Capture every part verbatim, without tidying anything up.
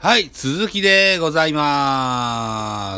はい、続きでございます。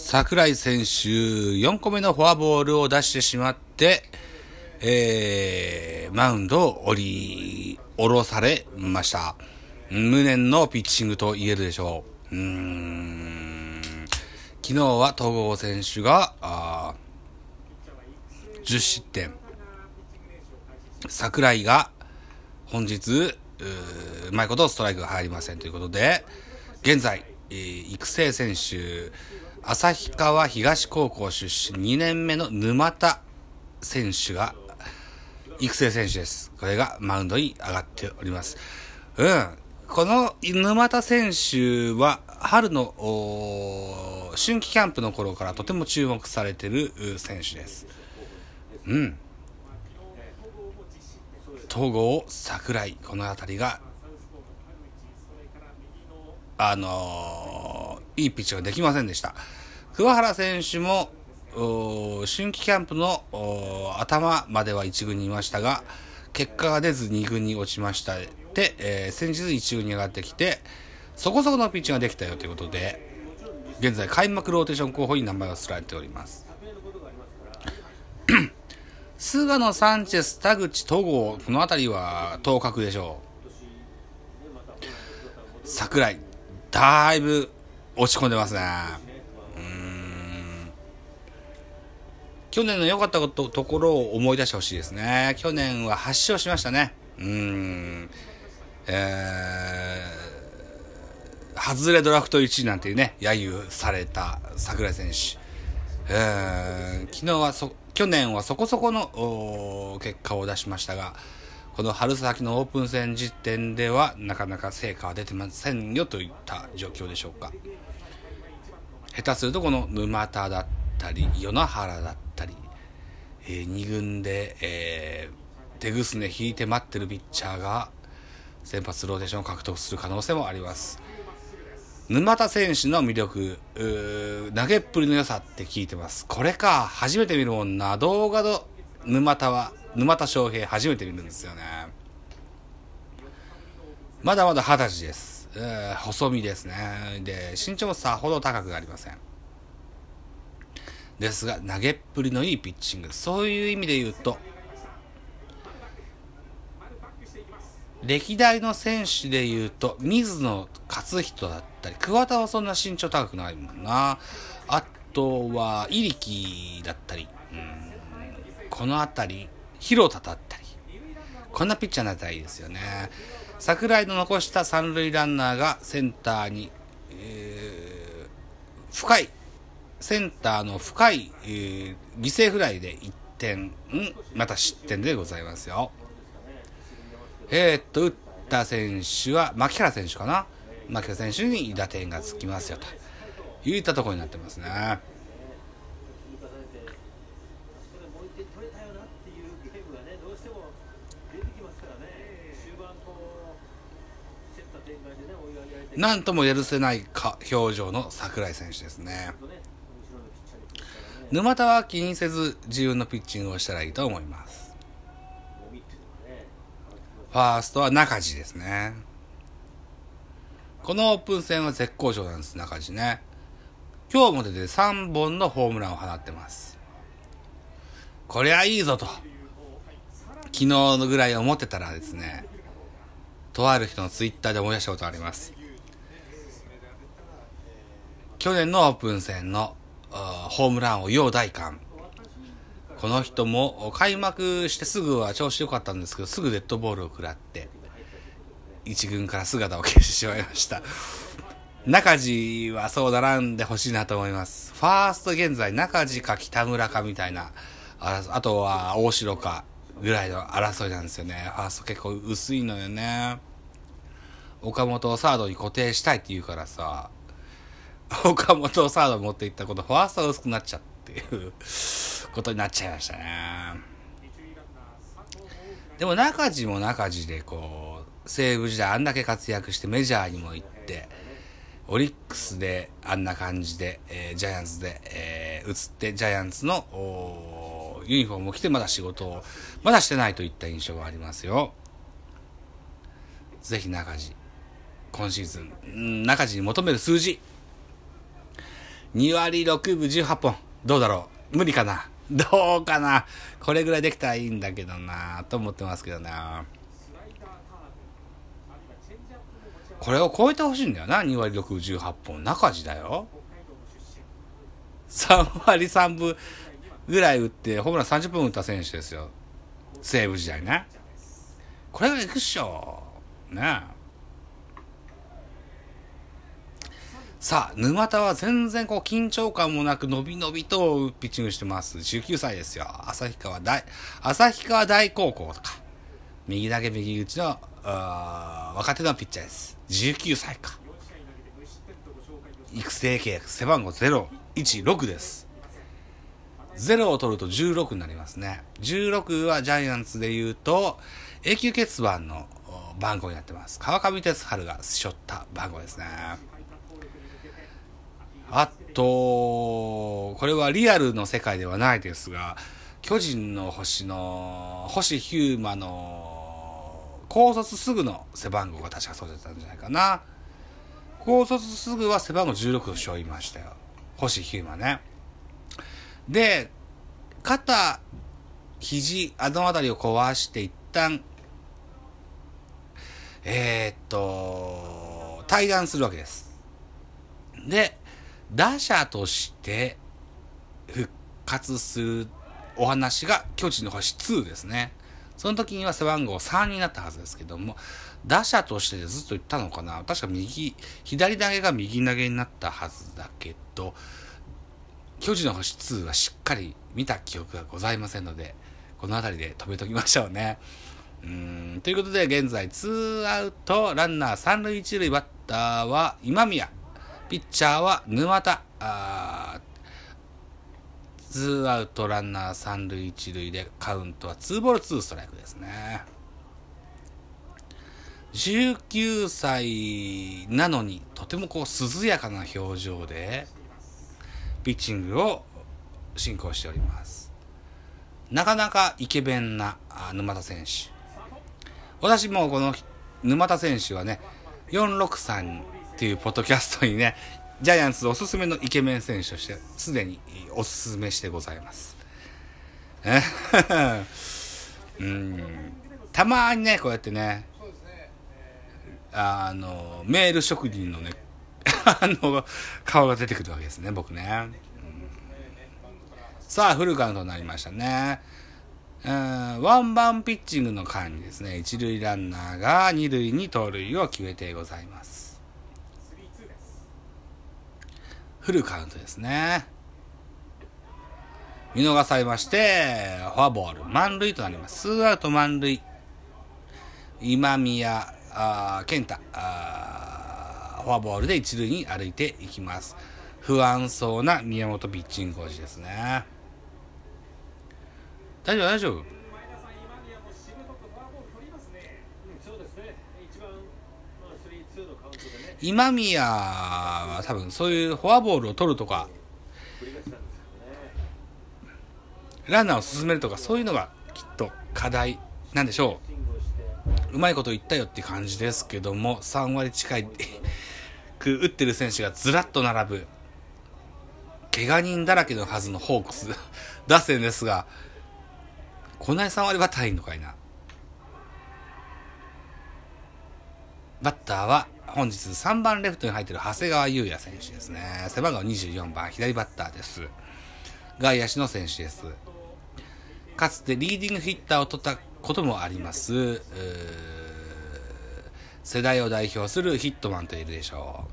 桜井選手、よんこめのフォアボールを出してしまって、えー、マウンドを降り、降ろされました。無念のピッチングと言えるでしょう。うーん昨日は戸郷選手が、あじゅっしってん。桜井が本日、う, うまいことストライクが入りませんということで、現在、えー、育成選手、旭川東高校出身にねんめの沼田選手が育成選手です。これがマウンドに上がっております。うん。この沼田選手は春の春季キャンプの頃からとても注目されている選手です。うん。戸郷、桜井、このあたりがあのー、いいピッチができませんでした。桑原選手も春季キャンプの頭まではいち軍にいましたが、結果が出ずに軍に落ちましたで、えー、先日いち軍に上がってきてそこそこのピッチができたよということで、現在開幕ローテーション候補に名前を連ねております。菅野、サンチェス、田口、戸郷、このあたりは当確でしょう。桜井だいぶ落ち込んでますね。うーん去年の良かったことところを思い出してほしいですね。去年ははち勝しましたね。うーん、えー、外れドラフトいちいなんていうね、揶揄された桜井選手、えー、昨日はそ去年はそこそこの結果を出しましたが、この春先のオープン戦時点ではなかなか成果は出てませんよといった状況でしょうか。下手するとこの沼田だったり与那原だったり、えー、に軍で、えー、手ぐすね引いて待ってるピッチャーが先発ローテーションを獲得する可能性もあります。沼田選手の魅力、投げっぷりの良さって聞いてます。これか、初めて見るもんな。動画の沼田は沼田翔平初めて見るんですよね。まだまだ二十歳です。えー、細身ですね。で、身長もさほど高くありません。ですが、投げっぷりのいいピッチング。そういう意味で言うと、歴代の選手で言うと、水野勝人だったり、桑田はそんな身長高くないもんな。あとは、入木だったり、うん、このあたり、広田だったり、こんなピッチャーになったらいいですよね。桜井の残した三塁ランナーがセンターに、えー、深いセンターの深い、えー、犠牲フライでいってん、また失点でございますよ。えー、っと打った選手は牧原選手かな。牧原選手に打点がつきますよといったところになってますね。なんとも許せないか表情の桜井選手ですね。沼田は気にせず自分のピッチングをしたらいいと思います。ファーストは中地ですね。このオープン戦は絶好調なんです。中地ね、今日も出てさんぼんのホームランを放ってます。こりゃいいぞと昨日のぐらい思ってたらですね、とある人のツイッターで思い出したことがあります。去年のオープン戦のホームラン王陽大館、この人も開幕してすぐは調子良かったんですけど、すぐデッドボールを食らって一軍から姿を消してしまいました。中地はそうならんでほしいなと思います。ファースト現在中地か北村かみたいな、あ, あとは大城かぐらいの争いなんですよね。ファースト結構薄いのよね。岡本をサードに固定したいって言うからさ、岡本をサードに持っていったこと、ファーストが薄くなっちゃっていうことになっちゃいましたね。でも中地も中地でこう西武時代あんだけ活躍してメジャーにも行って、オリックスであんな感じで、えー、ジャイアンツで、えー、移ってジャイアンツのユニフォームを着てまだ仕事をまだしてないといった印象がありますよ。ぜひ中地今シーズン中地に求める数字にわりろくぶじゅうはっぽん。どうだろう、無理かな、どうかな、これぐらいできたらいいんだけどなと思ってますけどな。これを超えてほしいんだよな。にわりろくぶじゅうはっぽん、中地だよ。さんわりさんぶぐらい打ってホームランさんじゅっぷん打った選手ですよ、西武時代ね。これがいくっしょね。さあ沼田は全然こう緊張感もなくのびのびとピッチングしてます。じゅうきゅうさいですよ。旭川大旭川大高校とか右投げ右打ちの若手のピッチャーです。じゅうきゅうさいか。育成契約背番号ゼロいちろくです。ゼロを取るとじゅうろくになりますね。じゅうろくはジャイアンツでいうと永久欠番の番号になってます。川上哲治が背負った番号ですね。あとこれはリアルの世界ではないですが、巨人の星の星飛雄馬の高卒すぐの背番号が確かそうだったんじゃないかな。高卒すぐは背番号じゅうろくを背負いましたよ、星飛雄馬ね。で肩肘あの辺りを壊して一旦えー、っと退団するわけです。で打者として復活するお話が巨人の星にですね。その時には背番号さんになったはずですけども、打者としてずっと言ったのかな。確か右左投げが右投げになったはずだけど、巨人の星にはしっかり見た記憶がございませんので、この辺りで止めときましょうね。うーんということで現在ツーアウトランナー三塁一塁、バッターは今宮、ピッチャーは沼田。あツーアウトランナー三塁一塁でカウントはツーボールツーストライクですね。じゅうきゅうさいなのにとてもこう涼やかな表情でピッチングを進行しております。なかなかイケメンな沼田選手。私もこの沼田選手はねよんろくさんっていうポッドキャストにねジャイアンツおすすめのイケメン選手としてすでにおすすめしてございます。うんたまにねこうやってねあのメール職人のねあの顔が出てくるわけですね僕ね。うんさあフルカウントになりましたね。うんワンバンピッチングの間にですね一塁ランナーが二塁に盗塁を決めてございます。フルカウントですね。見逃されましてフォアボール満塁となります。ツーアウト満塁。今宮あ健太あフォアボールで一塁に歩いていきます。不安そうな宮本ピッチングコーチですね。大丈夫大丈夫。今宮は多分そういうフォアボールを取るとかランナーを進めるとかそういうのがきっと課題なんでしょう。うまいこと言ったよって感じですけども、さんわり近い打ってる選手がずらっと並ぶ怪我人だらけのはずのホークス打線ですが、こんなにさんわりバッターいいのかいな。バッターは本日さんばんレフトに入っている長谷川優也選手ですね。背番号にじゅうよんばん左バッターです。外野手の選手です。かつてリーディングヒッターを取ったこともあります。世代を代表するヒットマンと言えるでしょ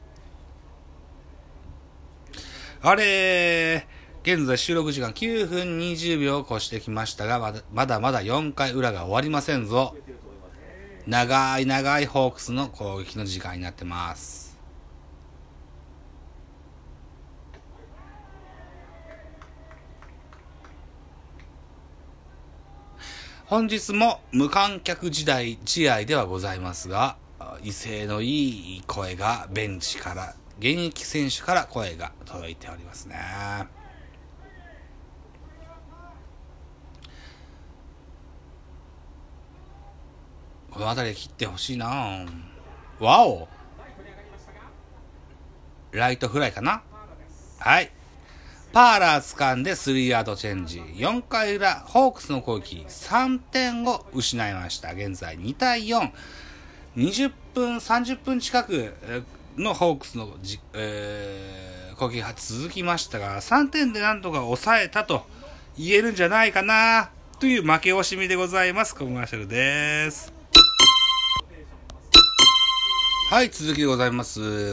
う。あれ現在収録時間きゅうふんにじゅうびょうを越してきましたが、まだまだまだよんかい裏が終わりませんぞ。長い長いホークスの攻撃の時間になってます。本日も無観客時代試合ではございますが、威勢のいい声がベンチから現役選手から声が届いておりますね。この辺りで切ってほしいな。 わお。ライトフライかな。はい。パーラー掴んでスリーアウトチェンジ。よんかい裏、ホークスの攻撃さんてんを失いました。現在にたいよん。にじゅっぷん、さんじゅっぷん近くのホークスのじ、えー、攻撃が続きましたが、さんてんでなんとか抑えたと言えるんじゃないかなという負け惜しみでございます。コマーシャルです。はい、続きでございます。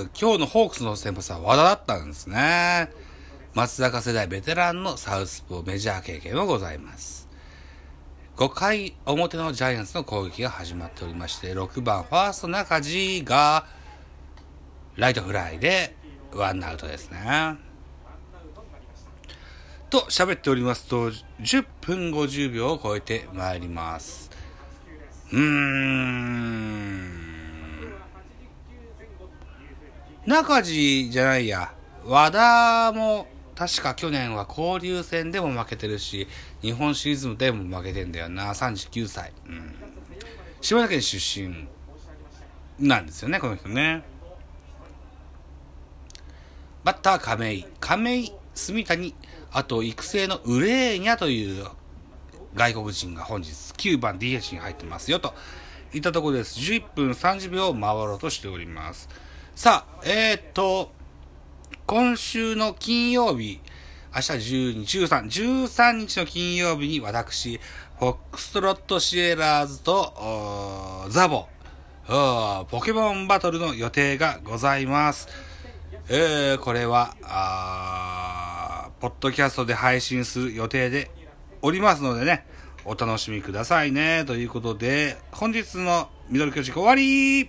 今日のホークスの先発は和田だったんですね。松坂世代ベテランのサウスポーメジャー経験もございます。ごかい表のジャイアンツの攻撃が始まっておりまして、ろくばんファースト中地がライトフライでワンアウトですね。と喋っておりますとじゅっぷんごじゅうびょうを超えてまいります。うーん中地じゃないや、和田も確か去年は交流戦でも負けてるし、日本シリーズでも負けてんだよな。さんじゅうきゅうさい、うん、島根県出身なんですよね、この人ね。バッター亀井亀井住谷、あと育成のウレーニャという外国人が本日きゅうばん ディーエイチ に入ってますよといったところです。じゅういっぷんさんじゅうびょうを回ろうとしております。さあ、えー、っと今週の金曜日、明日じゅうに、じゅうさん、じゅうさんにちの金曜日に私、フォックストロットシエラーズとザボ、ポケモンバトルの予定がございます。えー、これは、あー、ポッドキャストで配信する予定でおりますのでね、お楽しみくださいね。ということで、本日のミドル巨人終わり。